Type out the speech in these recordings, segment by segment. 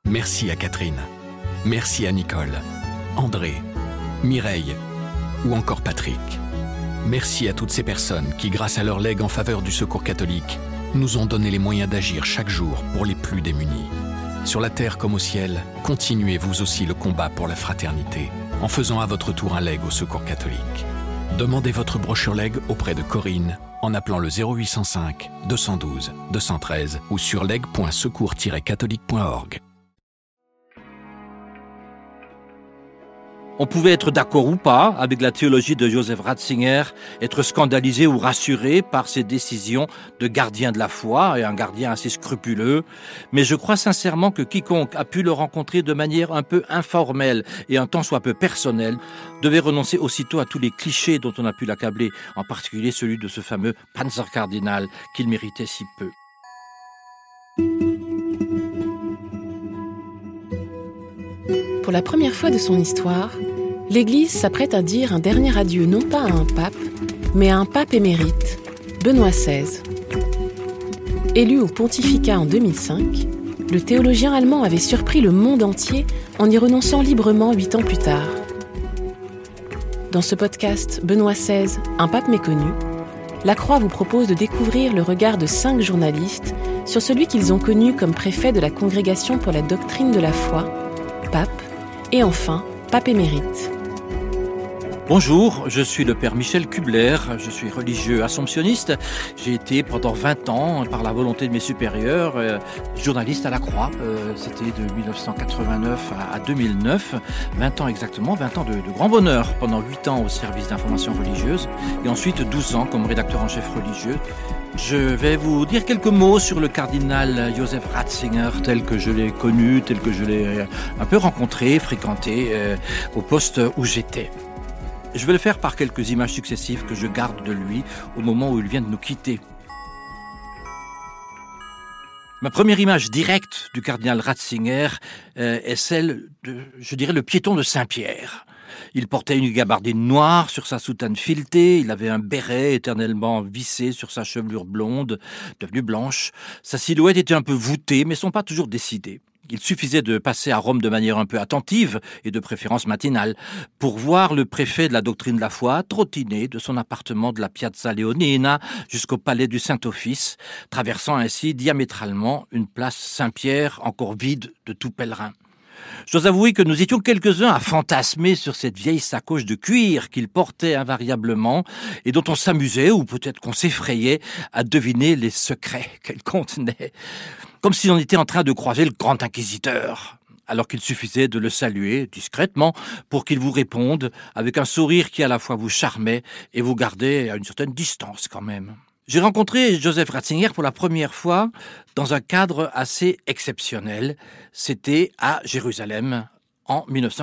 Merci à Catherine. Merci à Nicole, André, Mireille ou encore Patrick. Merci à toutes ces personnes qui, grâce à leur legs en faveur du Secours catholique, nous ont donné les moyens d'agir chaque jour pour les plus démunis. Sur la terre comme au ciel, continuez vous aussi le combat pour la fraternité en faisant à votre tour un leg au Secours catholique. Demandez votre brochure leg auprès de Corinne en appelant le 0805 212 213 ou sur leg.secours-catholique.org. On pouvait être d'accord ou pas avec la théologie de Joseph Ratzinger, être scandalisé ou rassuré par ses décisions de gardien de la foi et un gardien assez scrupuleux. Mais je crois sincèrement que quiconque a pu le rencontrer de manière un peu informelle et un tant soit peu personnelle devait renoncer aussitôt à tous les clichés dont on a pu l'accabler, en particulier celui de ce fameux Panzerkardinal qu'il méritait si peu. Pour la première fois de son histoire, l'Église s'apprête à dire un dernier adieu non pas à un pape, mais à un pape émérite, Benoît XVI. Élu au pontificat en 2005, le théologien allemand avait surpris le monde entier en y renonçant librement 8 ans plus tard. Dans ce podcast Benoît XVI, un pape méconnu, La Croix vous propose de découvrir le regard de 5 journalistes sur celui qu'ils ont connu comme préfet de la Congrégation pour la doctrine de la foi, pape, et enfin, pape émérite. Bonjour, je suis le père Michel Kubler, je suis religieux assomptionniste. J'ai été pendant 20 ans, par la volonté de mes supérieurs, journaliste à la Croix. C'était de 1989 à 2009, 20 ans exactement, 20 ans de grand bonheur. Pendant 8 ans au service d'information religieuse et ensuite 12 ans comme rédacteur en chef religieux. Je vais vous dire quelques mots sur le cardinal Joseph Ratzinger tel que je l'ai connu, tel que je l'ai un peu rencontré, fréquenté au poste où j'étais. Je vais le faire par quelques images successives que je garde de lui au moment où il vient de nous quitter. Ma première image directe du cardinal Ratzinger est celle de, je dirais, le piéton de Saint-Pierre. Il portait une gabardine noire sur sa soutane filetée, il avait un béret éternellement vissé sur sa chevelure blonde, devenue blanche. Sa silhouette était un peu voûtée, mais son pas toujours décidé. Il suffisait de passer à Rome de manière un peu attentive, et de préférence matinale, pour voir le préfet de la doctrine de la foi trottiner de son appartement de la Piazza Leonina jusqu'au palais du Saint-Office, traversant ainsi diamétralement une place Saint-Pierre encore vide de tout pèlerin. Je dois avouer que nous étions quelques-uns à fantasmer sur cette vieille sacoche de cuir qu'il portait invariablement et dont on s'amusait, ou peut-être qu'on s'effrayait, à deviner les secrets qu'elle contenait. Comme si on était en train de croiser le grand inquisiteur, alors qu'il suffisait de le saluer discrètement pour qu'il vous réponde avec un sourire qui à la fois vous charmait et vous gardait à une certaine distance quand même. J'ai rencontré Joseph Ratzinger pour la première fois dans un cadre assez exceptionnel. C'était à Jérusalem en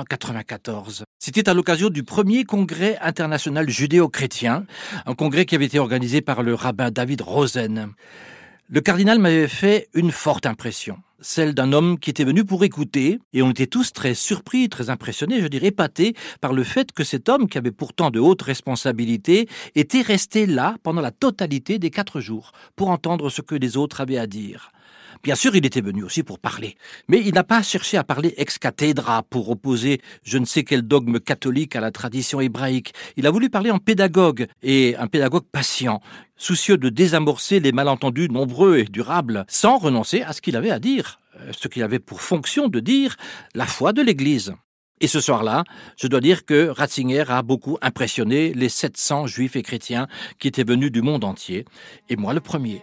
1994. C'était à l'occasion du premier congrès international judéo-chrétien, un congrès qui avait été organisé par le rabbin David Rosen. Le cardinal m'avait fait une forte impression, celle d'un homme qui était venu pour écouter, et on était tous très surpris, très impressionnés, je dirais épatés, par le fait que cet homme, qui avait pourtant de hautes responsabilités, était resté là pendant la totalité des 4 jours, pour entendre ce que les autres avaient à dire. Bien sûr, il était venu aussi pour parler, mais il n'a pas cherché à parler ex cathedra pour opposer je ne sais quel dogme catholique à la tradition hébraïque. Il a voulu parler en pédagogue, et un pédagogue patient, soucieux de désamorcer les malentendus nombreux et durables, sans renoncer à ce qu'il avait à dire, ce qu'il avait pour fonction de dire, la foi de l'Église. Et ce soir-là, je dois dire que Ratzinger a beaucoup impressionné les 700 juifs et chrétiens qui étaient venus du monde entier, et moi le premier.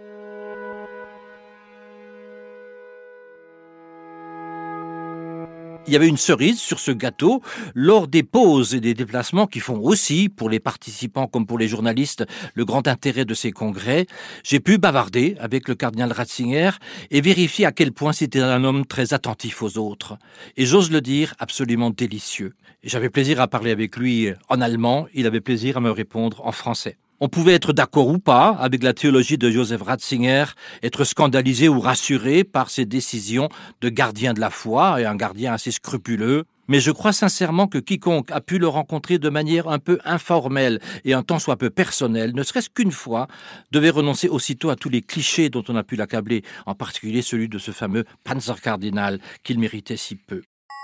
Il y avait une cerise sur ce gâteau. Lors des pauses et des déplacements qui font aussi, pour les participants comme pour les journalistes, le grand intérêt de ces congrès, j'ai pu bavarder avec le cardinal Ratzinger et vérifier à quel point c'était un homme très attentif aux autres. Et j'ose le dire, absolument délicieux. Et j'avais plaisir à parler avec lui en allemand, il avait plaisir à me répondre en français. On pouvait être d'accord ou pas avec la théologie de Joseph Ratzinger, être scandalisé ou rassuré par ses décisions de gardien de la foi et un gardien assez scrupuleux. Mais je crois sincèrement que quiconque a pu le rencontrer de manière un peu informelle et un tant soit peu personnelle, ne serait-ce qu'une fois, devait renoncer aussitôt à tous les clichés dont on a pu l'accabler, en particulier celui de ce fameux Panzerkardinal qu'il méritait si peu.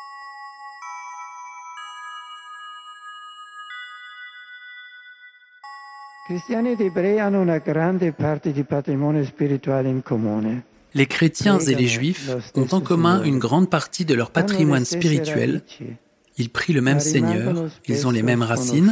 Les chrétiens et les juifs ont en commun une grande partie de leur patrimoine spirituel. Ils prient le même Seigneur, ils ont les mêmes racines,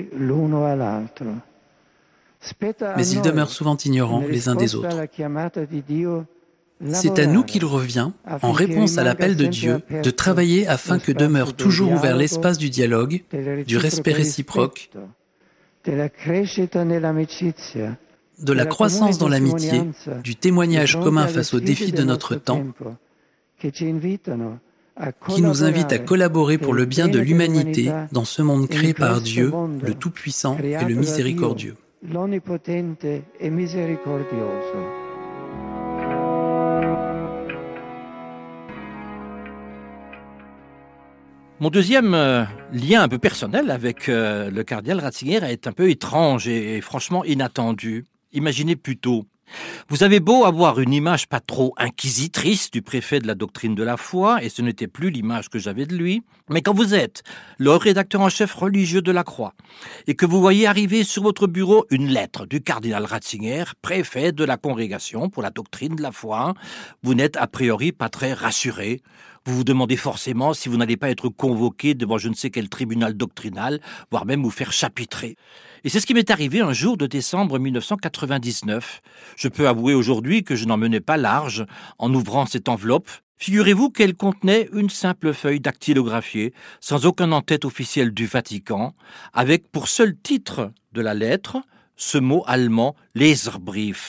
mais ils demeurent souvent ignorants les uns des autres. C'est à nous qu'il revient, en réponse à l'appel de Dieu, de travailler afin que demeure toujours ouvert l'espace du dialogue, du respect réciproque, de la croissance dans l'amitié, du témoignage commun face aux défis de notre temps, qui nous invite à collaborer pour le bien de l'humanité dans ce monde créé par Dieu, le Tout-Puissant et le Miséricordieux. Mon deuxième lien un peu personnel avec le cardinal Ratzinger est un peu étrange et franchement inattendu. Imaginez plutôt. Vous avez beau avoir une image pas trop inquisitrice du préfet de la doctrine de la foi, et ce n'était plus l'image que j'avais de lui, mais quand vous êtes le rédacteur en chef religieux de la Croix, et que vous voyez arriver sur votre bureau une lettre du cardinal Ratzinger, préfet de la congrégation pour la doctrine de la foi, vous n'êtes a priori pas très rassuré. Vous vous demandez forcément si vous n'allez pas être convoqué devant je ne sais quel tribunal doctrinal, voire même vous faire chapitrer. Et c'est ce qui m'est arrivé un jour de décembre 1999. Je peux avouer aujourd'hui que je n'en menais pas large en ouvrant cette enveloppe. Figurez-vous qu'elle contenait une simple feuille dactylographiée, sans aucun en-tête officiel du Vatican, avec pour seul titre de la lettre ce mot allemand « Leserbrief »,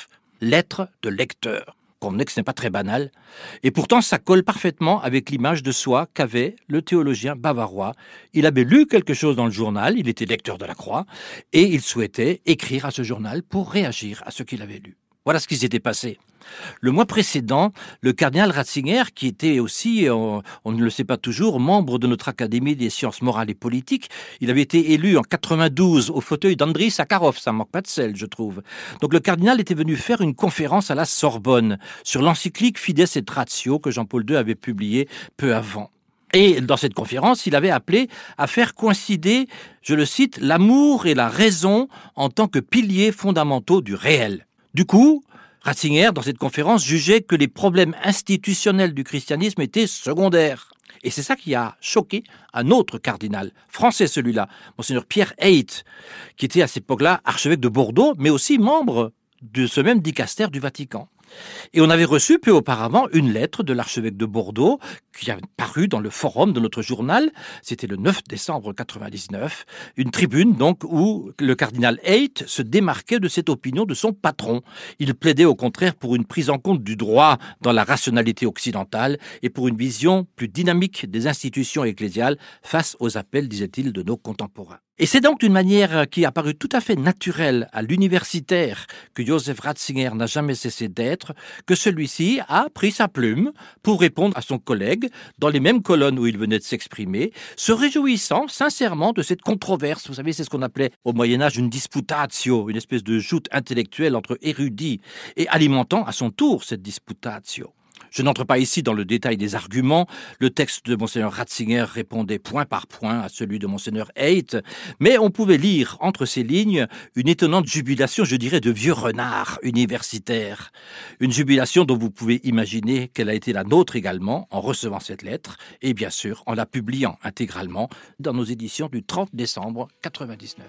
lettre de lecteur. Convenez que ce n'est pas très banal. Et pourtant, ça colle parfaitement avec l'image de soi qu'avait le théologien bavarois. Il avait lu quelque chose dans le journal, il était lecteur de la Croix, et il souhaitait écrire à ce journal pour réagir à ce qu'il avait lu. Voilà ce qui s'était passé. Le mois précédent, le cardinal Ratzinger, qui était aussi, on ne le sait pas toujours, membre de notre Académie des sciences morales et politiques, il avait été élu en 92 au fauteuil d'Andriy Sakharov, ça manque pas de sel, je trouve. Donc le cardinal était venu faire une conférence à la Sorbonne sur l'encyclique Fides et Ratio que Jean-Paul II avait publiée peu avant. Et dans cette conférence, il avait appelé à faire coïncider, je le cite, l'amour et la raison en tant que piliers fondamentaux du réel. Du coup, Ratzinger, dans cette conférence, jugeait que les problèmes institutionnels du christianisme étaient secondaires. Et c'est ça qui a choqué un autre cardinal, français celui-là, Monseigneur Pierre Heyt, qui était à cette époque-là archevêque de Bordeaux, mais aussi membre de ce même dicastère du Vatican. Et on avait reçu peu auparavant une lettre de l'archevêque de Bordeaux qui a paru dans le forum de notre journal, c'était le 9 décembre 99, une tribune donc où le cardinal Heyt se démarquait de cette opinion de son patron. Il plaidait au contraire pour une prise en compte du droit dans la rationalité occidentale et pour une vision plus dynamique des institutions ecclésiales face aux appels, disait-il, de nos contemporains. Et c'est donc d'une manière qui a paru tout à fait naturelle à l'universitaire que Joseph Ratzinger n'a jamais cessé d'être, que celui-ci a pris sa plume pour répondre à son collègue dans les mêmes colonnes où il venait de s'exprimer, se réjouissant sincèrement de cette controverse. Vous savez, c'est ce qu'on appelait au Moyen-Âge une disputatio, une espèce de joute intellectuelle entre érudits, et alimentant à son tour cette disputatio. Je n'entre pas ici dans le détail des arguments. Le texte de Monseigneur Ratzinger répondait point par point à celui de Monseigneur Heyt, mais on pouvait lire entre ces lignes une étonnante jubilation, je dirais, de vieux renard universitaire. Une jubilation dont vous pouvez imaginer qu'elle a été la nôtre également en recevant cette lettre et bien sûr en la publiant intégralement dans nos éditions du 30 décembre 1999.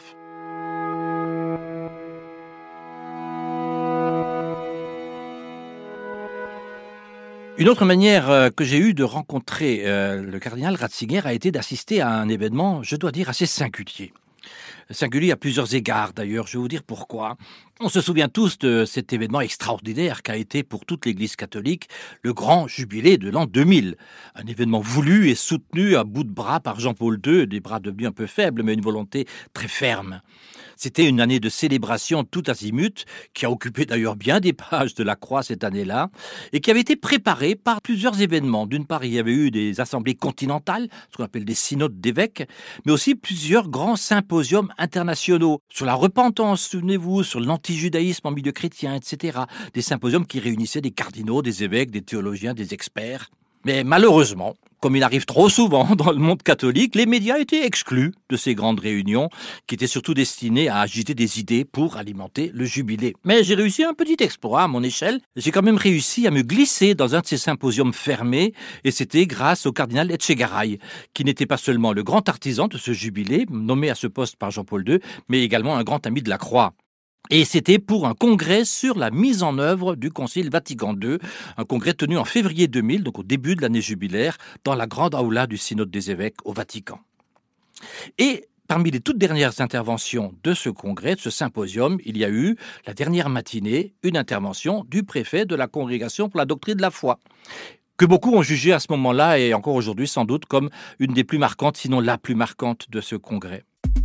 Une autre manière que j'ai eue de rencontrer le cardinal Ratzinger a été d'assister à un événement, je dois dire, assez singulier. Singulier à plusieurs égards d'ailleurs, je vais vous dire pourquoi. On se souvient tous de cet événement extraordinaire qu'a été pour toute l'Église catholique le grand jubilé de l'an 2000. Un événement voulu et soutenu à bout de bras par Jean-Paul II, des bras devenus un peu faibles mais une volonté très ferme. C'était une année de célébration tout azimut, qui a occupé d'ailleurs bien des pages de la Croix cette année-là, et qui avait été préparée par plusieurs événements. D'une part, il y avait eu des assemblées continentales, ce qu'on appelle des synodes d'évêques, mais aussi plusieurs grands symposiums internationaux sur la repentance, souvenez-vous, sur l'antijudaïsme en milieu chrétien, etc. Des symposiums qui réunissaient des cardinaux, des évêques, des théologiens, des experts. Mais malheureusement, comme il arrive trop souvent dans le monde catholique, les médias étaient exclus de ces grandes réunions qui étaient surtout destinées à agiter des idées pour alimenter le jubilé. Mais j'ai réussi un petit exploit à mon échelle. J'ai quand même réussi à me glisser dans un de ces symposiums fermés et c'était grâce au cardinal Etchegaray, qui n'était pas seulement le grand artisan de ce jubilé, nommé à ce poste par Jean-Paul II, mais également un grand ami de la Croix. Et c'était pour un congrès sur la mise en œuvre du Concile Vatican II, un congrès tenu en février 2000, donc au début de l'année jubilaire, dans la grande aula du Synode des évêques au Vatican. Et parmi les toutes dernières interventions de ce congrès, de ce symposium, il y a eu, la dernière matinée, une intervention du préfet de la Congrégation pour la doctrine de la foi, que beaucoup ont jugé à ce moment-là, et encore aujourd'hui sans doute, comme une des plus marquantes, sinon la plus marquante de ce congrès.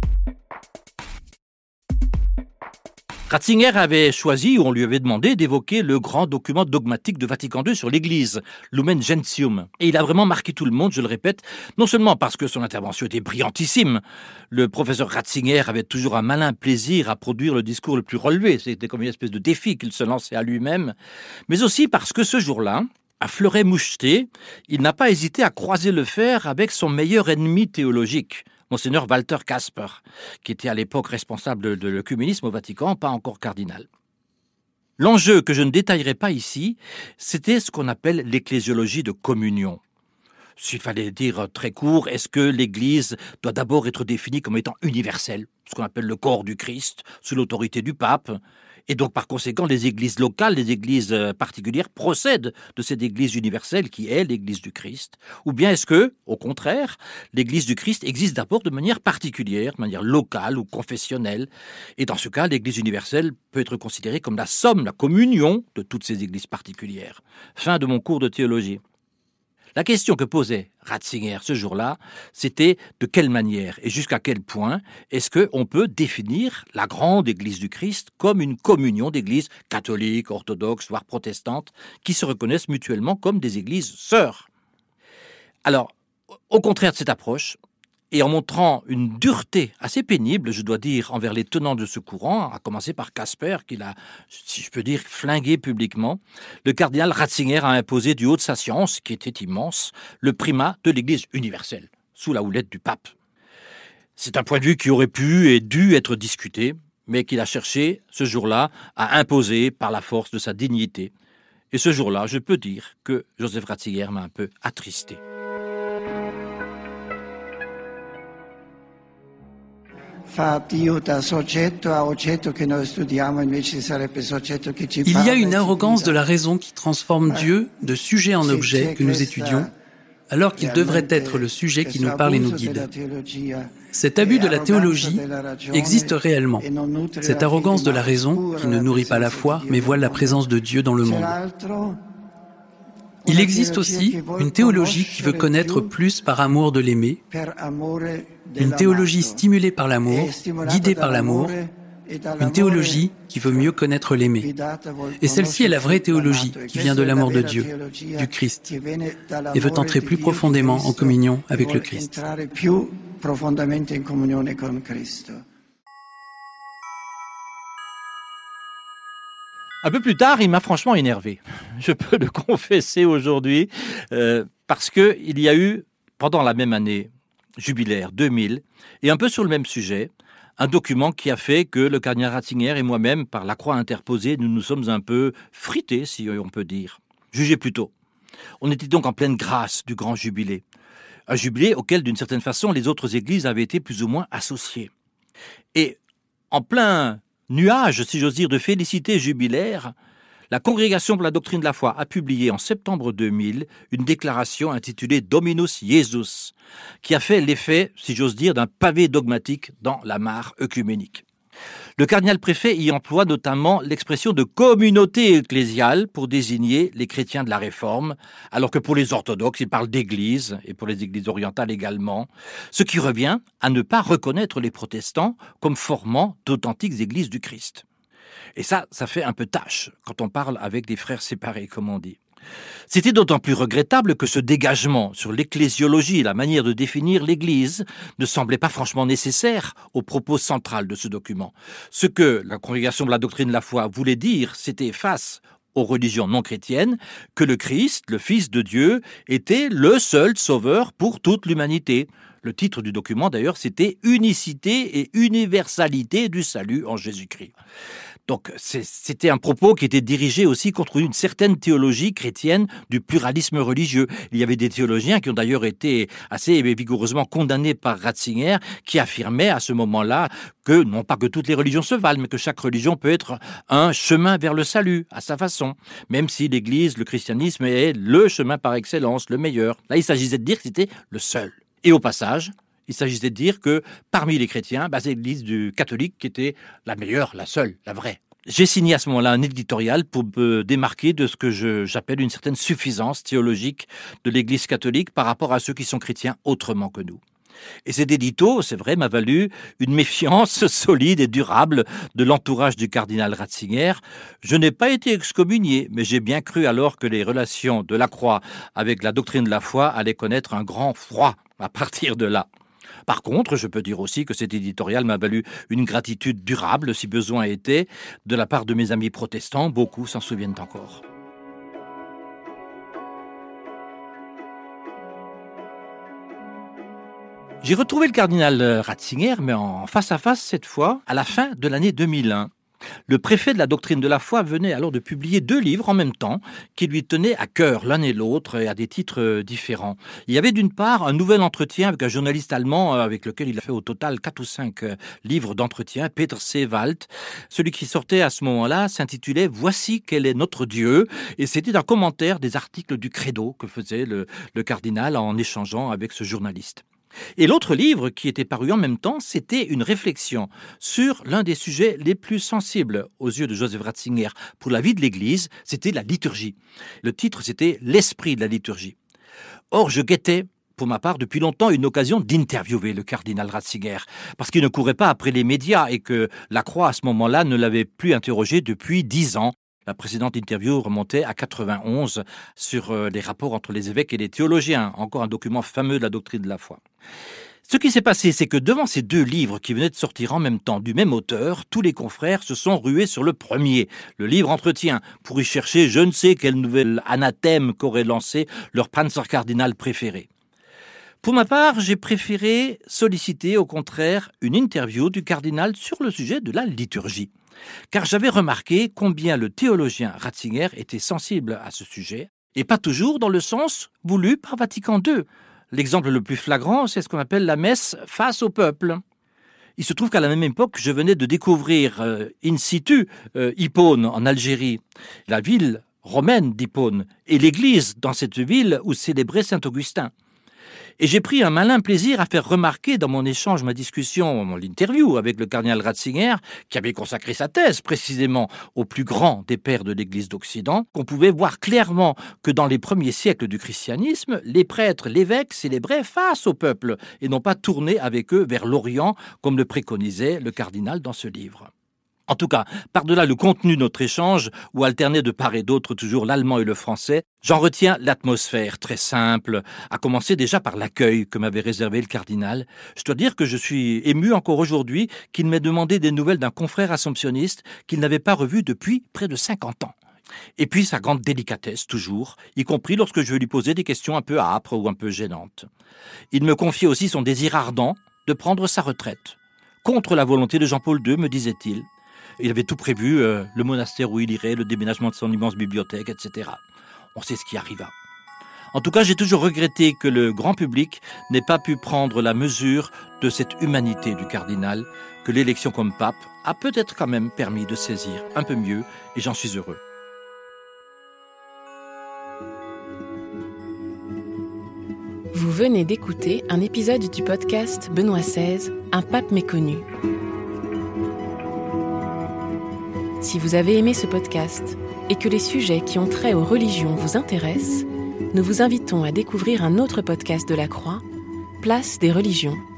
Ratzinger avait choisi, ou on lui avait demandé, d'évoquer le grand document dogmatique de Vatican II sur l'Église, Lumen Gentium. Et il a vraiment marqué tout le monde, je le répète, non seulement parce que son intervention était brillantissime, le professeur Ratzinger avait toujours un malin plaisir à produire le discours le plus relevé, c'était comme une espèce de défi qu'il se lançait à lui-même, mais aussi parce que ce jour-là, à Fleuret-Moucheté, il n'a pas hésité à croiser le fer avec son meilleur ennemi théologique, Monseigneur Walter Kasper, qui était à l'époque responsable de l'œcuménisme au Vatican, pas encore cardinal. L'enjeu que je ne détaillerai pas ici, c'était ce qu'on appelle l'ecclésiologie de communion. S'il fallait dire très court, est-ce que l'Église doit d'abord être définie comme étant universelle, ce qu'on appelle le corps du Christ, sous l'autorité du pape, et donc par conséquent les églises locales, les églises particulières procèdent de cette église universelle qui est l'église du Christ? Ou bien est-ce que, au contraire, l'église du Christ existe d'abord de manière particulière, de manière locale ou confessionnelle? Et dans ce cas, l'église universelle peut être considérée comme la somme, la communion de toutes ces églises particulières. Fin de mon cours de théologie. La question que posait Ratzinger ce jour-là, c'était de quelle manière et jusqu'à quel point est-ce qu'on peut définir la grande Église du Christ comme une communion d'églises catholiques, orthodoxes, voire protestantes, qui se reconnaissent mutuellement comme des églises sœurs. Alors, au contraire de cette approche, et en montrant une dureté assez pénible, je dois dire, envers les tenants de ce courant, à commencer par Kasper, qui l'a, si je peux dire, flingué publiquement, le cardinal Ratzinger a imposé du haut de sa science, qui était immense, le primat de l'Église universelle, sous la houlette du pape. C'est un point de vue qui aurait pu et dû être discuté, mais qu'il a cherché, ce jour-là, à imposer par la force de sa dignité. Et ce jour-là, je peux dire que Joseph Ratzinger m'a un peu attristé. Il y a une arrogance de la raison qui transforme Dieu de sujet en objet que nous étudions, alors qu'il devrait être le sujet qui nous parle et nous guide. Cet abus de la théologie existe réellement. Cette arrogance de la raison qui ne nourrit pas la foi, mais voile la présence de Dieu dans le monde. Il existe aussi une théologie qui veut connaître plus par amour de l'aimer, une théologie stimulée par l'amour, guidée par l'amour, une théologie qui veut mieux connaître l'aimer. Et celle-ci est la vraie théologie qui vient de l'amour de Dieu, du Christ, et veut entrer plus profondément en communion avec le Christ. Un peu plus tard, il m'a franchement énervé. Je peux le confesser aujourd'hui, parce qu'il y a eu, pendant la même année jubilaire 2000, et un peu sur le même sujet, un document qui a fait que le cardinal Ratzinger et moi-même, par la croix interposée, nous nous sommes un peu frités, si on peut dire. Jugez plutôt. On était donc en pleine grâce du grand jubilé. Un jubilé auquel, d'une certaine façon, les autres églises avaient été plus ou moins associées. Et en plein nuage, si j'ose dire, de félicité jubilaire, la Congrégation pour la doctrine de la foi a publié en septembre 2000 une déclaration intitulée Dominus Jesus, qui a fait l'effet, si j'ose dire, d'un pavé dogmatique dans la mare œcuménique. Le cardinal-préfet y emploie notamment l'expression de communauté ecclésiale pour désigner les chrétiens de la Réforme, alors que pour les orthodoxes, il parle d'église, et pour les églises orientales également, ce qui revient à ne pas reconnaître les protestants comme formant d'authentiques églises du Christ. Et ça fait un peu tâche quand on parle avec des frères séparés, comme on dit. C'était d'autant plus regrettable que ce dégagement sur l'ecclésiologie et la manière de définir l'Église ne semblait pas franchement nécessaire au propos central de ce document. Ce que la Congrégation de la doctrine de la foi voulait dire, c'était face aux religions non chrétiennes, que le Christ, le Fils de Dieu, était le seul sauveur pour toute l'humanité. Le titre du document, d'ailleurs, c'était « Unicité et universalité du salut en Jésus-Christ ». Donc c'était un propos qui était dirigé aussi contre une certaine théologie chrétienne du pluralisme religieux. Il y avait des théologiens qui ont d'ailleurs été assez vigoureusement condamnés par Ratzinger, qui affirmaient à ce moment-là que, non pas que toutes les religions se valent, mais que chaque religion peut être un chemin vers le salut, à sa façon, même si l'Église, le christianisme est le chemin par excellence, le meilleur. Là, il s'agissait de dire que c'était le seul. Et au passage, il s'agissait de dire que parmi les chrétiens, c'est l'Église du catholique qui était la meilleure, la seule, la vraie. J'ai signé à ce moment-là un éditorial pour me démarquer de ce que j'appelle une certaine suffisance théologique de l'Église catholique par rapport à ceux qui sont chrétiens autrement que nous. Et cet édito, c'est vrai, m'a valu une méfiance solide et durable de l'entourage du cardinal Ratzinger. Je n'ai pas été excommunié, mais j'ai bien cru alors que les relations de la Croix avec la doctrine de la foi allaient connaître un grand froid à partir de là. Par contre, je peux dire aussi que cet éditorial m'a valu une gratitude durable, si besoin était, de la part de mes amis protestants. Beaucoup s'en souviennent encore. J'ai retrouvé le cardinal Ratzinger, mais en face à face cette fois, à la fin de l'année 2001. Le préfet de la doctrine de la foi venait alors de publier 2 livres en même temps qui lui tenaient à cœur l'un et l'autre et à des titres différents. Il y avait d'une part un nouvel entretien avec un journaliste allemand avec lequel il a fait au total 4 ou 5 livres d'entretien, Peter Seewald. Celui qui sortait à ce moment-là s'intitulait « Voici quel est notre Dieu » et c'était un commentaire des articles du Credo que faisait le cardinal en échangeant avec ce journaliste. Et l'autre livre qui était paru en même temps, c'était une réflexion sur l'un des sujets les plus sensibles aux yeux de Joseph Ratzinger pour la vie de l'Église, c'était la liturgie. Le titre, c'était « L'esprit de la liturgie ». Or, je guettais, pour ma part, depuis longtemps, une occasion d'interviewer le cardinal Ratzinger, parce qu'il ne courait pas après les médias et que la Croix, à ce moment-là, ne l'avait plus interrogé depuis 10 ans. La précédente interview remontait à 91 sur les rapports entre les évêques et les théologiens, encore un document fameux de la doctrine de la foi. Ce qui s'est passé, c'est que devant ces 2 livres qui venaient de sortir en même temps du même auteur, tous les confrères se sont rués sur le premier, le livre Entretien, pour y chercher je ne sais quel nouvel anathème qu'aurait lancé leur panzercardinal préféré. Pour ma part, j'ai préféré solliciter au contraire une interview du cardinal sur le sujet de la liturgie. Car j'avais remarqué combien le théologien Ratzinger était sensible à ce sujet, et pas toujours dans le sens voulu par Vatican II. L'exemple le plus flagrant, c'est ce qu'on appelle la messe face au peuple. Il se trouve qu'à la même époque, je venais de découvrir in situ Hippone en Algérie, la ville romaine d'Hippone, et l'église dans cette ville où célébrait saint Augustin. Et j'ai pris un malin plaisir à faire remarquer dans mon échange, ma discussion, mon interview avec le cardinal Ratzinger, qui avait consacré sa thèse précisément au plus grand des pères de l'Église d'Occident, qu'on pouvait voir clairement que dans les premiers siècles du christianisme, les prêtres, l'évêque célébraient face au peuple et non pas tournaient avec eux vers l'Orient, comme le préconisait le cardinal dans ce livre. En tout cas, par-delà le contenu de notre échange, où alternaient de part et d'autre toujours l'allemand et le français, j'en retiens l'atmosphère très simple, à commencer déjà par l'accueil que m'avait réservé le cardinal. Je dois dire que je suis ému encore aujourd'hui qu'il m'ait demandé des nouvelles d'un confrère assomptionniste qu'il n'avait pas revu depuis près de 50 ans. Et puis sa grande délicatesse, toujours, y compris lorsque je lui posais des questions un peu âpres ou un peu gênantes. Il me confiait aussi son désir ardent de prendre sa retraite. Contre la volonté de Jean-Paul II, me disait-il. Il avait tout prévu, le monastère où il irait, le déménagement de son immense bibliothèque, etc. On sait ce qui arriva. En tout cas, j'ai toujours regretté que le grand public n'ait pas pu prendre la mesure de cette humanité du cardinal, que l'élection comme pape a peut-être quand même permis de saisir un peu mieux, et j'en suis heureux. Vous venez d'écouter un épisode du podcast Benoît XVI, un pape méconnu. Si vous avez aimé ce podcast et que les sujets qui ont trait aux religions vous intéressent, nous vous invitons à découvrir un autre podcast de la Croix, Place des religions.